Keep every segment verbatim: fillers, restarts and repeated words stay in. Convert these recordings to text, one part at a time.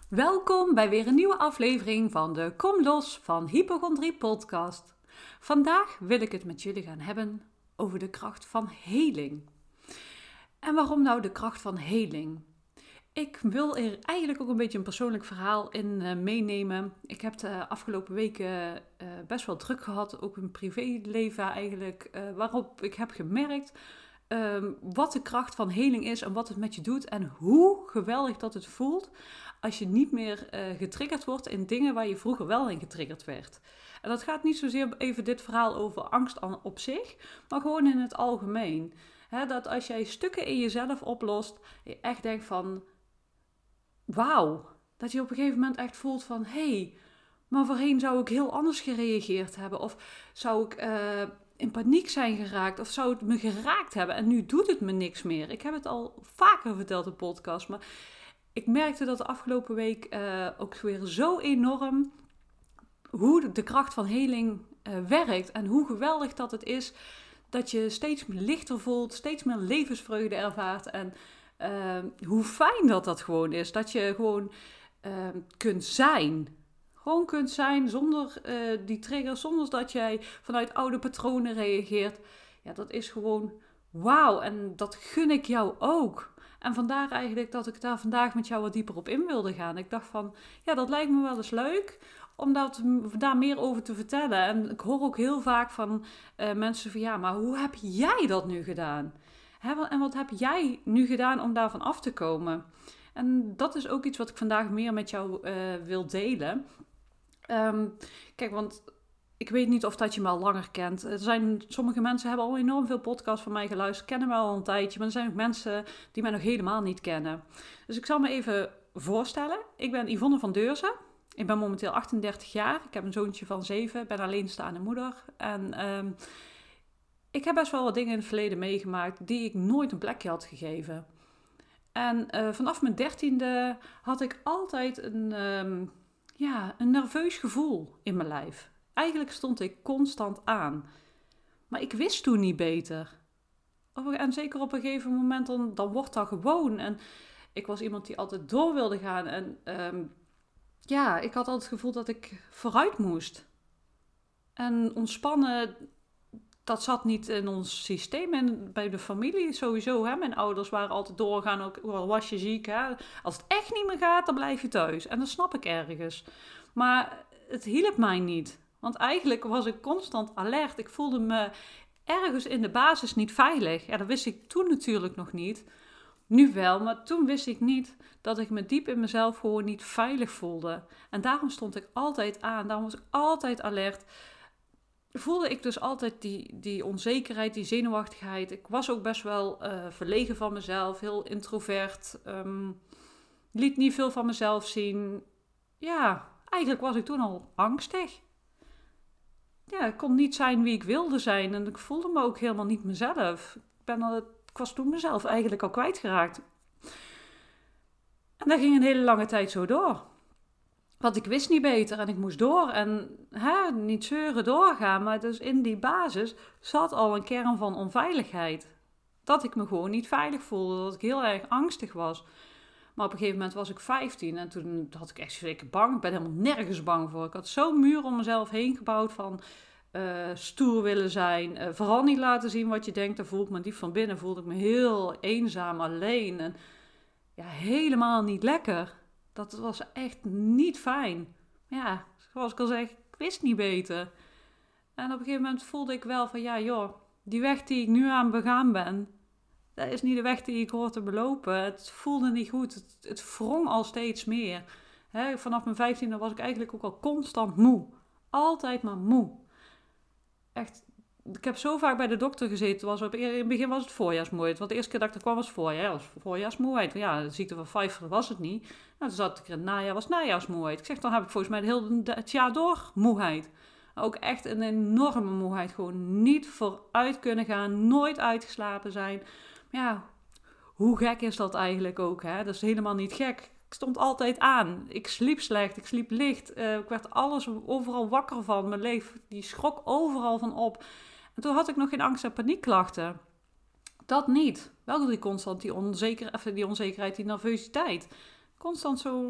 Welkom bij weer een nieuwe aflevering van de Kom Los van Hypochondrie podcast. Vandaag wil ik het met jullie gaan hebben over de kracht van heling. En waarom nou de kracht van heling? Ik wil er eigenlijk ook een beetje een persoonlijk verhaal in uh, meenemen. Ik heb de afgelopen weken uh, best wel druk gehad, ook een privéleven eigenlijk, uh, waarop ik heb gemerkt um, wat de kracht van heling is en wat het met je doet en hoe geweldig dat het voelt als je niet meer uh, getriggerd wordt in dingen waar je vroeger wel in getriggerd werd. En dat gaat niet zozeer even dit verhaal over angst op zich, maar gewoon in het algemeen. He, dat als jij stukken in jezelf oplost, je echt denkt van, wauw, dat je op een gegeven moment echt voelt van, hé, hey, maar voorheen zou ik heel anders gereageerd hebben. Of zou ik uh, in paniek zijn geraakt, of zou het me geraakt hebben en nu doet het me niks meer. Ik heb het al vaker verteld in de podcast, maar ik merkte dat de afgelopen week uh, ook weer zo enorm hoe de kracht van heling uh, werkt. En hoe geweldig dat het is dat je steeds meer lichter voelt, steeds meer levensvreugde ervaart. En uh, hoe fijn dat dat gewoon is. Dat je gewoon uh, kunt zijn. Gewoon kunt zijn zonder uh, die triggers, zonder dat jij vanuit oude patronen reageert. Ja, dat is gewoon wauw. En dat gun ik jou ook. En vandaar eigenlijk dat ik daar vandaag met jou wat dieper op in wilde gaan. Ik dacht van, ja, dat lijkt me wel eens leuk om dat, daar meer over te vertellen. En ik hoor ook heel vaak van uh, mensen van, ja, maar hoe heb jij dat nu gedaan? Hè, en wat heb jij nu gedaan om daarvan af te komen? En dat is ook iets wat ik vandaag meer met jou uh, wil delen. Um, kijk, want ik weet niet of dat je me al langer kent. Er zijn, sommige mensen hebben al enorm veel podcasts van mij geluisterd, kennen me al een tijdje. Maar er zijn ook mensen die mij nog helemaal niet kennen. Dus ik zal me even voorstellen. Ik ben Yvonne van Deurzen. Ik ben momenteel achtendertig jaar. Ik heb een zoontje van zeven. Ik ben alleenstaande moeder. En um, ik heb best wel wat dingen in het verleden meegemaakt die ik nooit een plekje had gegeven. En uh, vanaf mijn dertiende had ik altijd een, um, ja, een nerveus gevoel in mijn lijf. Eigenlijk stond ik constant aan. Maar ik wist toen niet beter. En zeker op een gegeven moment, dan, dan wordt dat gewoon. En ik was iemand die altijd door wilde gaan. En um, ja, ik had altijd het gevoel dat ik vooruit moest. En ontspannen, dat zat niet in ons systeem. En bij de familie sowieso. Hè? Mijn ouders waren altijd doorgaan, ook al was je ziek. Hè? Als het echt niet meer gaat, dan blijf je thuis. En dat snap ik ergens. Maar het hielp mij niet. Want eigenlijk was ik constant alert. Ik voelde me ergens in de basis niet veilig. Ja, dat wist ik toen natuurlijk nog niet. Nu wel, maar toen wist ik niet dat ik me diep in mezelf gewoon niet veilig voelde. En daarom stond ik altijd aan. Daarom was ik altijd alert. Voelde ik dus altijd die, die onzekerheid, die zenuwachtigheid. Ik was ook best wel uh, verlegen van mezelf. Heel introvert. Um, liet niet veel van mezelf zien. Ja, eigenlijk was ik toen al angstig. Ja, ik kon niet zijn wie ik wilde zijn. En ik voelde me ook helemaal niet mezelf. Ik, ben al, ik was toen mezelf eigenlijk al kwijtgeraakt. En dat ging een hele lange tijd zo door. Want ik wist niet beter en ik moest door. En hè, niet zeuren, doorgaan. Maar dus in die basis zat al een kern van onveiligheid. Dat ik me gewoon niet veilig voelde. Dat ik heel erg angstig was. Maar op een gegeven moment was ik vijftien en toen had ik echt zeker bang. Ik ben helemaal nergens bang voor. Ik had zo'n muur om mezelf heen gebouwd van uh, stoer willen zijn. Uh, vooral niet laten zien wat je denkt. Dan voel ik me diep van binnen. Voelde ik me heel eenzaam, alleen. En ja, helemaal niet lekker. Dat was echt niet fijn. Ja, zoals ik al zeg, ik wist niet beter. En op een gegeven moment voelde ik wel van ja joh, die weg die ik nu aan begaan ben, dat is niet de weg die ik hoor te belopen. Het voelde niet goed. Het, het wrong al steeds meer. He, vanaf mijn vijftiende was ik eigenlijk ook al constant moe. Altijd maar moe. Echt, ik heb zo vaak bij de dokter gezeten. Was op, in het begin was het voorjaarsmoeheid. Want de eerste keer dat ik er kwam was voorjaar. Ja, was voorjaarsmoeheid. Ja, de ziekte van Pfeiffer was het niet. Nou, toen zat ik in het najaar, was najaarsmoeheid. Ik zeg, dan heb ik volgens mij het hele het jaar door moeheid. Ook echt een enorme moeheid. Gewoon niet vooruit kunnen gaan. Nooit uitgeslapen zijn. Ja, hoe gek is dat eigenlijk ook, hè? Dat is helemaal niet gek. Ik stond altijd aan. Ik sliep slecht, ik sliep licht. Uh, ik werd alles overal wakker van. Mijn leven die schrok overal van op. En toen had ik nog geen angst- en paniekklachten. Dat niet. Wel die constant die, onzeker, even die onzekerheid, die nervositeit. Constant zo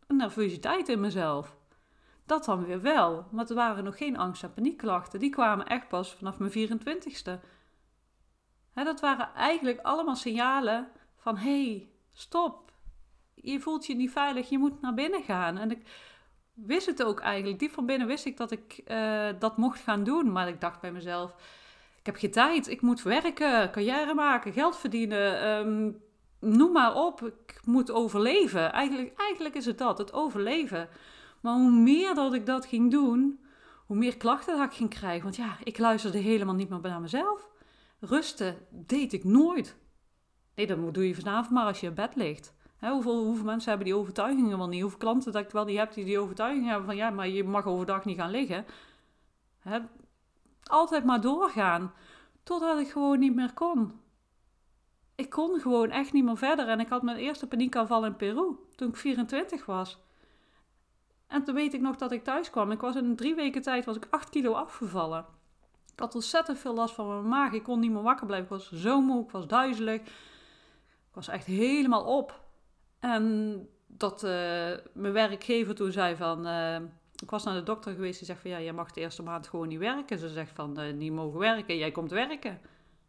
een nervositeit in mezelf. Dat dan weer wel, maar er waren nog geen angst- en paniekklachten. Die kwamen echt pas vanaf mijn vierentwintigste. Hè, dat waren eigenlijk allemaal signalen van, hé, hey, stop. Je voelt je niet veilig, je moet naar binnen gaan. En ik wist het ook eigenlijk. Diep van binnen wist ik dat ik uh, dat mocht gaan doen. Maar ik dacht bij mezelf, ik heb geen tijd. Ik moet werken, carrière maken, geld verdienen. Um, noem maar op, ik moet overleven. Eigenlijk, eigenlijk is het dat, het overleven. Maar hoe meer dat ik dat ging doen, hoe meer klachten dat ik ging krijgen. Want ja, ik luisterde helemaal niet meer naar mezelf. Rusten deed ik nooit. Nee, dat doe je vanavond maar als je in bed ligt. He, hoeveel, hoeveel mensen hebben die overtuigingen wel niet? Hoeveel klanten dat ik wel niet heb die die overtuiging hebben van ja, maar je mag overdag niet gaan liggen. He, altijd maar doorgaan. Totdat ik gewoon niet meer kon. Ik kon gewoon echt niet meer verder. En ik had mijn eerste paniekaanval in Peru toen ik vierentwintig was. En toen weet ik nog dat ik thuis kwam. Ik was in drie weken tijd was ik acht kilo afgevallen. Ik had ontzettend veel last van mijn maag. Ik kon niet meer wakker blijven. Ik was zo moe, ik was duizelig. Ik was echt helemaal op. En dat uh, mijn werkgever toen zei van... Uh, ik was naar de dokter geweest. Die zegt van ja, jij mag de eerste maand gewoon niet werken. Ze zegt van uh, niet mogen werken. Jij komt werken.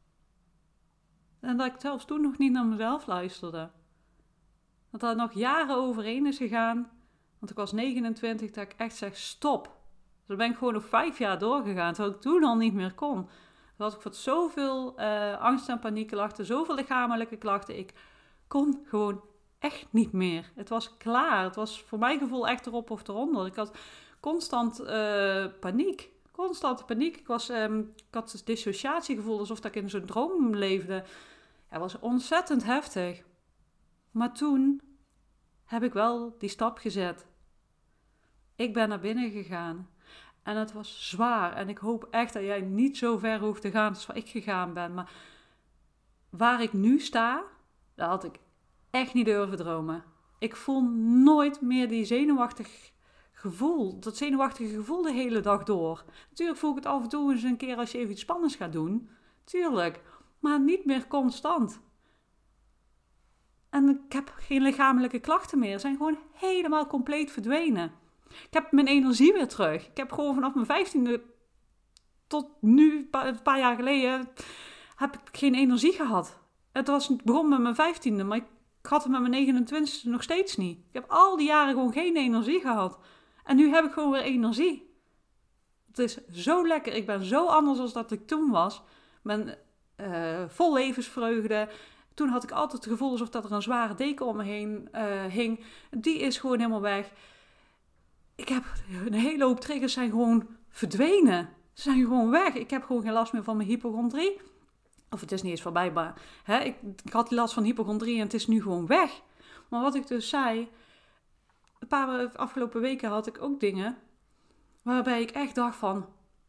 En dat ik zelfs toen nog niet naar mezelf luisterde. Dat er nog jaren overheen is gegaan. Want ik was negenentwintig dat ik echt zeg stop. Dus dan ben ik gewoon nog vijf jaar doorgegaan. Terwijl ik toen al niet meer kon. Dan had ik voor zoveel uh, angst- en paniekklachten. Zoveel lichamelijke klachten. Ik kon gewoon echt niet meer. Het was klaar. Het was voor mijn gevoel echt erop of eronder. Ik had constant uh, paniek. Constante paniek. Ik, was, um, ik had een dissociatiegevoel. Alsof dat ik in zo'n droom leefde. Ja, het was ontzettend heftig. Maar toen heb ik wel die stap gezet. Ik ben naar binnen gegaan. En het was zwaar. En ik hoop echt dat jij niet zo ver hoeft te gaan als waar ik gegaan ben. Maar waar ik nu sta, dat had ik echt niet durven dromen. Ik voel nooit meer die zenuwachtig gevoel. Dat zenuwachtige gevoel de hele dag door. Natuurlijk voel ik het af en toe eens een keer als je even iets spannends gaat doen. Tuurlijk. Maar niet meer constant. En ik heb geen lichamelijke klachten meer. Ze zijn gewoon helemaal compleet verdwenen. Ik heb mijn energie weer terug. Ik heb gewoon vanaf mijn vijftiende tot nu, een paar jaar geleden, heb ik geen energie gehad. Het was begon met mijn vijftiende, maar ik had het met mijn negenentwintigste nog steeds niet. Ik heb al die jaren gewoon geen energie gehad. En nu heb ik gewoon weer energie. Het is zo lekker. Ik ben zo anders dan dat ik toen was. Ik ben uh, vol levensvreugde. Toen had ik altijd het gevoel alsof dat er een zware deken om me heen uh, hing. Die is gewoon helemaal weg. Ik heb een hele hoop triggers zijn gewoon verdwenen. Ze zijn gewoon weg. Ik heb gewoon geen last meer van mijn hypochondrie. Of het is niet eens voorbij, maar hè, ik, ik had last van hypochondrie en het is nu gewoon weg. Maar wat ik dus zei, een paar afgelopen weken had ik ook dingen waarbij ik echt dacht van,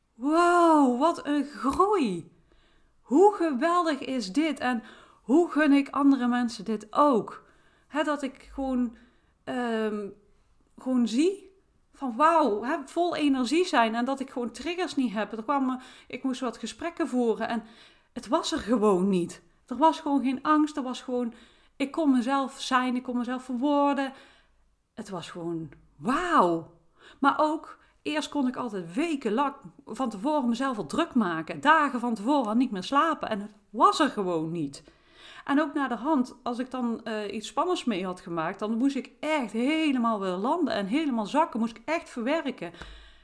wow, wat een groei. Hoe geweldig is dit en hoe gun ik andere mensen dit ook? Hè, dat ik gewoon, um, gewoon zie van wauw, hè, vol energie zijn en dat ik gewoon triggers niet heb. Er kwam, ik moest wat gesprekken voeren en het was er gewoon niet. Er was gewoon geen angst, er was gewoon, ik kon mezelf zijn, ik kon mezelf verwoorden. Het was gewoon wauw. Maar ook, eerst kon ik altijd weken van tevoren mezelf al druk maken. Dagen van tevoren al niet meer slapen en het was er gewoon niet. En ook naar de hand, als ik dan uh, iets spannends mee had gemaakt, dan moest ik echt helemaal weer landen en helemaal zakken, moest ik echt verwerken.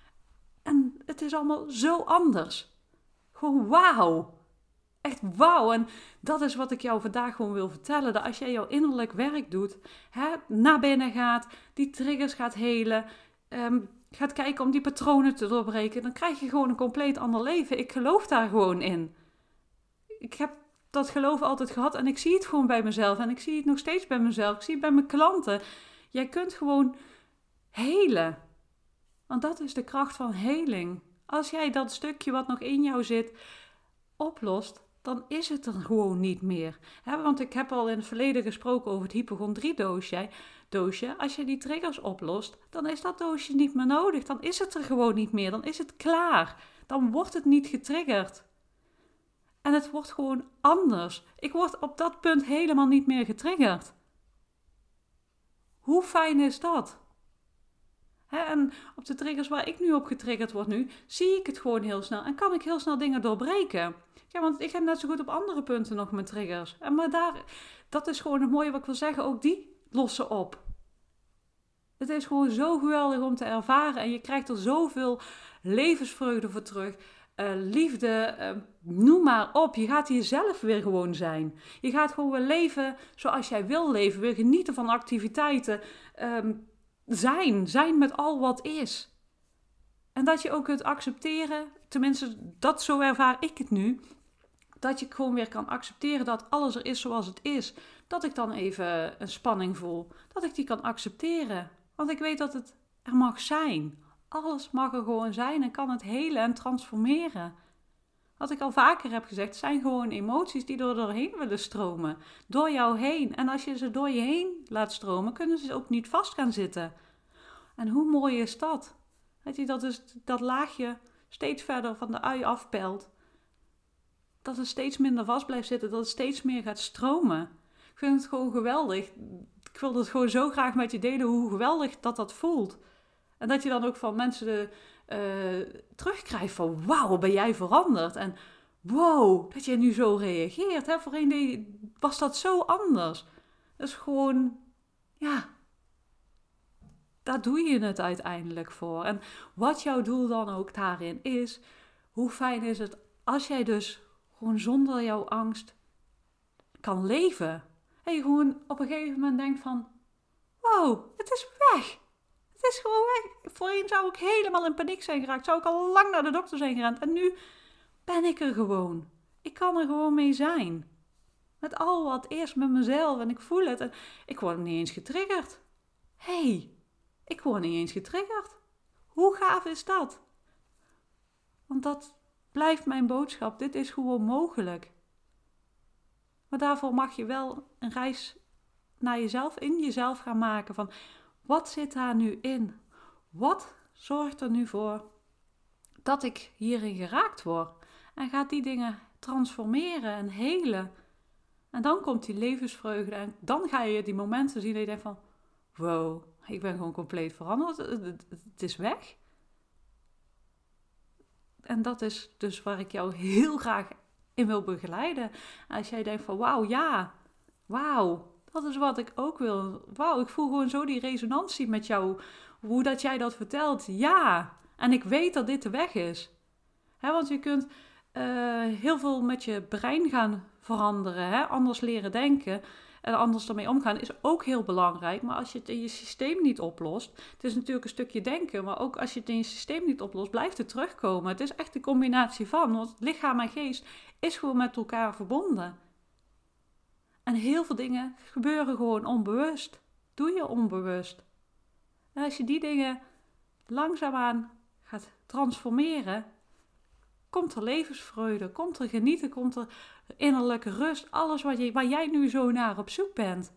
En het is allemaal zo anders. Gewoon wauw. Echt wauw. En dat is wat ik jou vandaag gewoon wil vertellen. Dat als jij jouw innerlijk werk doet, hè, naar binnen gaat, die triggers gaat helen, um, gaat kijken om die patronen te doorbreken, dan krijg je gewoon een compleet ander leven. Ik geloof daar gewoon in. Ik heb dat geloof altijd gehad en ik zie het gewoon bij mezelf en ik zie het nog steeds bij mezelf. Ik zie het bij mijn klanten. Jij kunt gewoon helen. Want dat is de kracht van heling. Als jij dat stukje wat nog in jou zit oplost, dan is het er gewoon niet meer. He, want ik heb al in het verleden gesproken over het hypochondrie-doosje. Doosje. Als je die triggers oplost, dan is dat doosje niet meer nodig. Dan is het er gewoon niet meer. Dan is het klaar. Dan wordt het niet getriggerd. En het wordt gewoon anders. Ik word op dat punt helemaal niet meer getriggerd. Hoe fijn is dat? Hè, en op de triggers waar ik nu op getriggerd word nu, zie ik het gewoon heel snel. En kan ik heel snel dingen doorbreken. Ja, want ik heb net zo goed op andere punten nog mijn triggers. En maar daar, dat is gewoon het mooie wat ik wil zeggen. Ook die lossen op. Het is gewoon zo geweldig om te ervaren. En je krijgt er zoveel levensvreugde voor terug. Uh, liefde, uh, noem maar op. Je gaat jezelf weer gewoon zijn. Je gaat gewoon weer leven zoals jij wil leven. Weer genieten van activiteiten. Um, zijn. Zijn met al wat is. En dat je ook kunt accepteren. Tenminste, dat zo ervaar ik het nu. Dat je gewoon weer kan accepteren dat alles er is zoals het is. Dat ik dan even een spanning voel. Dat ik die kan accepteren. Want ik weet dat het er mag zijn. Alles mag er gewoon zijn en kan het helen en transformeren. Wat ik al vaker heb gezegd, zijn gewoon emoties die er doorheen willen stromen. Door jou heen. En als je ze door je heen laat stromen, kunnen ze ook niet vast gaan zitten. En hoe mooi is dat? Weet je, dat is dat laagje steeds verder van de ui afpelt. Dat het steeds minder vast blijft zitten, dat het steeds meer gaat stromen. Ik vind het gewoon geweldig. Ik wil het gewoon zo graag met je delen hoe geweldig dat dat voelt. En dat je dan ook van mensen de, uh, terugkrijgt van wauw, ben jij veranderd? En wow, dat je nu zo reageert. Hè? Voorheen was dat zo anders. Dat is gewoon, ja, daar doe je het uiteindelijk voor. En wat jouw doel dan ook daarin is, hoe fijn is het als jij dus gewoon zonder jouw angst kan leven. En je gewoon op een gegeven moment denkt van, wow, het is weg. Het is gewoon weg. Voorheen zou ik helemaal in paniek zijn geraakt. Zou ik al lang naar de dokter zijn gerend. En nu ben ik er gewoon. Ik kan er gewoon mee zijn. Met al wat is, met mezelf. En ik voel het. En ik word niet eens getriggerd. Hé, hey, ik word niet eens getriggerd. Hoe gaaf is dat? Want dat blijft mijn boodschap. Dit is gewoon mogelijk. Maar daarvoor mag je wel een reis naar jezelf, in jezelf gaan maken. Van, wat zit daar nu in? Wat zorgt er nu voor dat ik hierin geraakt word? En gaat die dingen transformeren en helen. En dan komt die levensvreugde. En dan ga je die momenten zien dat je denkt van, wow, ik ben gewoon compleet veranderd. Het is weg. En dat is dus waar ik jou heel graag in wil begeleiden. Als jij denkt van, wauw, ja, wauw. Dat is wat ik ook wil. Wauw, ik voel gewoon zo die resonantie met jou. Hoe dat jij dat vertelt. Ja. En ik weet dat dit de weg is. He, want je kunt uh, heel veel met je brein gaan veranderen. Hè? Anders leren denken. En anders ermee omgaan is ook heel belangrijk. Maar als je het in je systeem niet oplost. Het is natuurlijk een stukje denken. Maar ook als je het in je systeem niet oplost, blijft het terugkomen. Het is echt een combinatie van. Want lichaam en geest is gewoon met elkaar verbonden. En heel veel dingen gebeuren gewoon onbewust. Doe je onbewust. En als je die dingen langzaamaan gaat transformeren, komt er levensvreugde, komt er genieten, komt er innerlijke rust. Alles wat je, waar jij nu zo naar op zoek bent.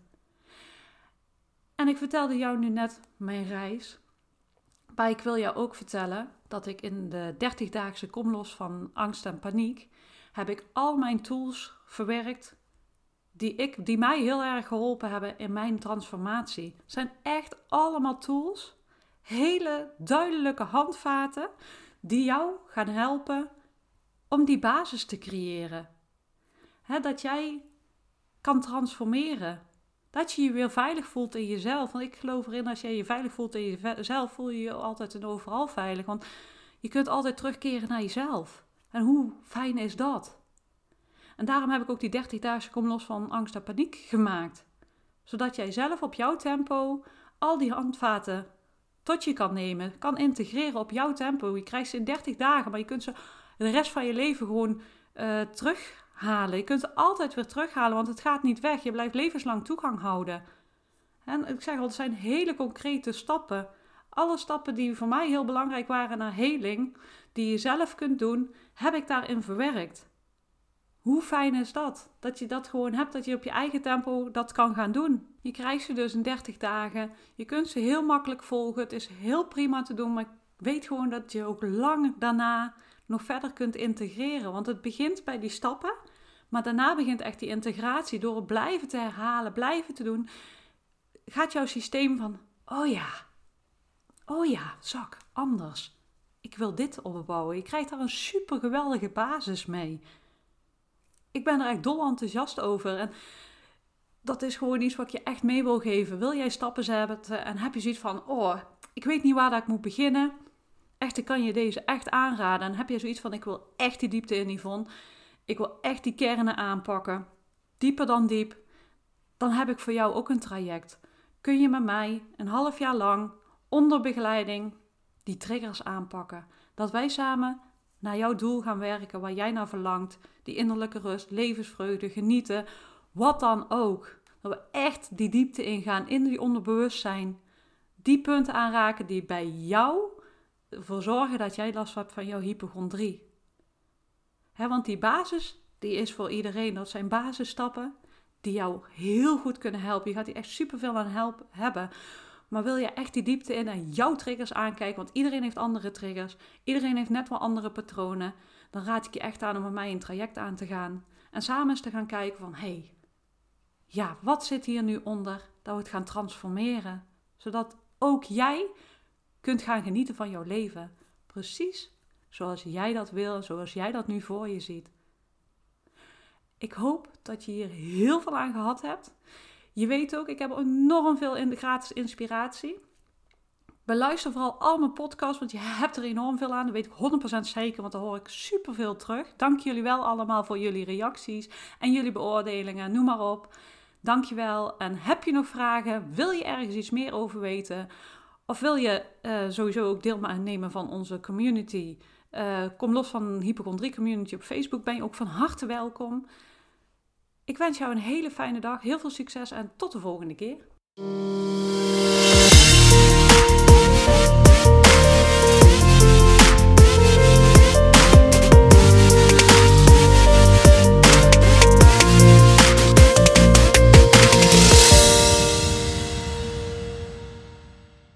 En ik vertelde jou nu net mijn reis. Maar ik wil jou ook vertellen dat ik in de dertig-daagse Kom los van angst en paniek, heb ik al mijn tools verwerkt Die, ik, die mij heel erg geholpen hebben in mijn transformatie. Het zijn echt allemaal tools, hele duidelijke handvaten, die jou gaan helpen om die basis te creëren. He, dat jij kan transformeren. Dat je je weer veilig voelt in jezelf. Want ik geloof erin, als jij je veilig voelt in jezelf, voel je je altijd en overal veilig. Want je kunt altijd terugkeren naar jezelf. En hoe fijn is dat? En daarom heb ik ook die dertig-daagse Kom los van angst en paniek gemaakt. Zodat jij zelf op jouw tempo al die handvaten tot je kan nemen. Kan integreren op jouw tempo. Je krijgt ze in dertig dagen, maar je kunt ze de rest van je leven gewoon uh, terughalen. Je kunt ze altijd weer terughalen, want het gaat niet weg. Je blijft levenslang toegang houden. En ik zeg al, het zijn hele concrete stappen. Alle stappen die voor mij heel belangrijk waren naar heling, die je zelf kunt doen, heb ik daarin verwerkt. Hoe fijn is dat? Dat je dat gewoon hebt, dat je op je eigen tempo dat kan gaan doen. Je krijgt ze dus in dertig dagen. Je kunt ze heel makkelijk volgen. Het is heel prima te doen, maar ik weet gewoon dat je ook lang daarna nog verder kunt integreren. Want het begint bij die stappen, maar daarna begint echt die integratie. Door het blijven te herhalen, blijven te doen, gaat jouw systeem van, oh ja, oh ja, zak, anders. Ik wil dit opbouwen. Je krijgt daar een super geweldige basis mee. Ik ben er echt dol enthousiast over. En dat is gewoon iets wat ik je echt mee wil geven. Wil jij stappen zetten en heb je zoiets van, oh, ik weet niet waar dat ik moet beginnen. Echt, ik kan je deze echt aanraden. En heb je zoiets van, ik wil echt die diepte in, Yvonne. Ik wil echt die kernen aanpakken. Dieper dan diep. Dan heb ik voor jou ook een traject. Kun je met mij een half jaar lang onder begeleiding die triggers aanpakken. Dat wij samen naar jouw doel gaan werken, waar jij naar verlangt. Die innerlijke rust, levensvreugde, genieten, wat dan ook. Dat we echt die diepte ingaan, in die onderbewustzijn. Die punten aanraken die bij jou ervoor zorgen dat jij last hebt van jouw hypochondrie. He, want die basis, die is voor iedereen. Dat zijn basisstappen die jou heel goed kunnen helpen. Je gaat hier echt superveel aan help hebben. Maar wil je echt die diepte in en jouw triggers aankijken, want iedereen heeft andere triggers, iedereen heeft net wel andere patronen, dan raad ik je echt aan om met mij een traject aan te gaan. En samen eens te gaan kijken van, hé, hey, ja, wat zit hier nu onder? Dat we het gaan transformeren. Zodat ook jij kunt gaan genieten van jouw leven. Precies zoals jij dat wil en zoals jij dat nu voor je ziet. Ik hoop dat je hier heel veel aan gehad hebt. Je weet ook, ik heb enorm veel in de gratis inspiratie. Beluister vooral al mijn podcasts, want je hebt er enorm veel aan. Dat weet ik honderd procent zeker, want daar hoor ik superveel terug. Dank jullie wel allemaal voor jullie reacties en jullie beoordelingen, noem maar op. Dank je wel. En heb je nog vragen? Wil je ergens iets meer over weten? Of wil je uh, sowieso ook deel nemen van onze community? Uh, kom los van een hypochondrie community op Facebook. Ben je ook van harte welkom. Ik wens jou een hele fijne dag. Heel veel succes en tot de volgende keer.